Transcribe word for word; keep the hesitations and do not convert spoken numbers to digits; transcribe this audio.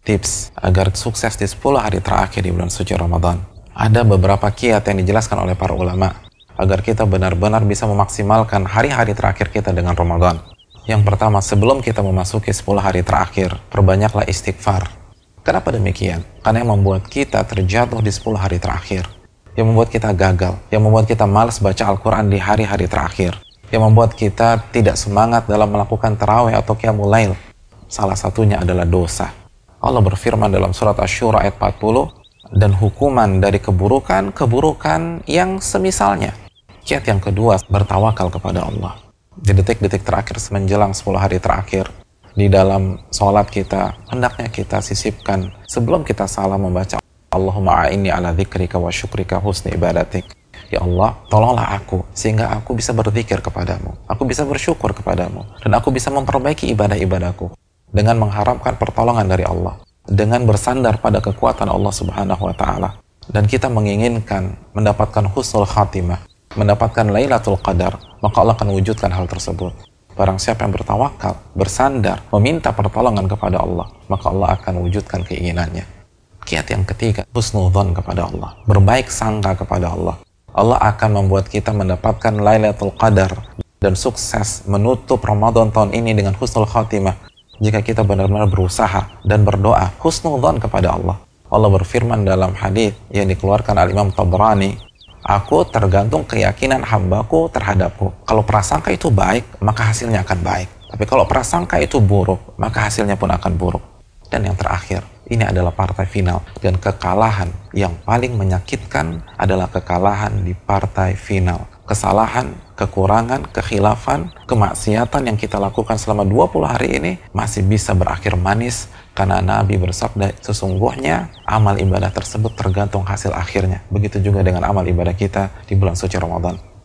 tips agar sukses di sepuluh hari terakhir di bulan suci Ramadan. Ada beberapa kiat yang dijelaskan oleh para ulama agar kita benar-benar bisa memaksimalkan hari-hari terakhir kita dengan Ramadan. Yang pertama, sebelum kita memasuki sepuluh hari terakhir, perbanyaklah istighfar. Kenapa demikian? Karena yang membuat kita terjatuh di sepuluh hari terakhir, yang membuat kita gagal, yang membuat kita malas baca Al-Quran di hari-hari terakhir, yang membuat kita tidak semangat dalam melakukan tarawih atau qiyamul lail. Salah satunya adalah dosa. Allah berfirman dalam surat Asy-Syura ayat empat puluh, dan hukuman dari keburukan, keburukan yang semisalnya. Kiat yang kedua, bertawakal kepada Allah. Di detik-detik terakhir menjelang sepuluh hari terakhir, di dalam sholat kita, hendaknya kita sisipkan sebelum kita salam membaca Allahumma a'inni ala dzikrika wa syukrika husni ibadatik. Ya Allah, tolonglah aku sehingga aku bisa berzikir kepadamu, aku bisa bersyukur kepadamu, dan aku bisa memperbaiki ibadah-ibadahku dengan mengharapkan pertolongan dari Allah, dengan bersandar pada kekuatan Allah Subhanahu wa Ta'ala, dan kita menginginkan mendapatkan husnul khatimah, mendapatkan Lailatul Qadar, maka Allah akan wujudkan hal tersebut. Barang siapa yang bertawakal, bersandar, meminta pertolongan kepada Allah, maka Allah akan wujudkan keinginannya. Kiat yang ketiga, husnudzon kepada Allah, berbaik sangka kepada Allah. Allah akan membuat kita mendapatkan Lailatul Qadar dan sukses menutup Ramadan tahun ini dengan husnul khatimah jika kita benar-benar berusaha dan berdoa husnudzon kepada Allah. Allah berfirman dalam hadis yang dikeluarkan Al-Imam Tabrani, aku tergantung keyakinan hambaku terhadapku. Kalau prasangka itu baik, maka hasilnya akan baik. Tapi kalau prasangka itu buruk, maka hasilnya pun akan buruk. Dan yang terakhir, ini adalah partai final. Dan kekalahan yang paling menyakitkan adalah kekalahan di partai final. Kesalahan, kekurangan, kekhilafan, kemaksiatan yang kita lakukan selama dua puluh hari ini masih bisa berakhir manis karena Nabi bersabda, sesungguhnya amal ibadah tersebut tergantung hasil akhirnya. Begitu juga dengan amal ibadah kita di bulan suci Ramadan.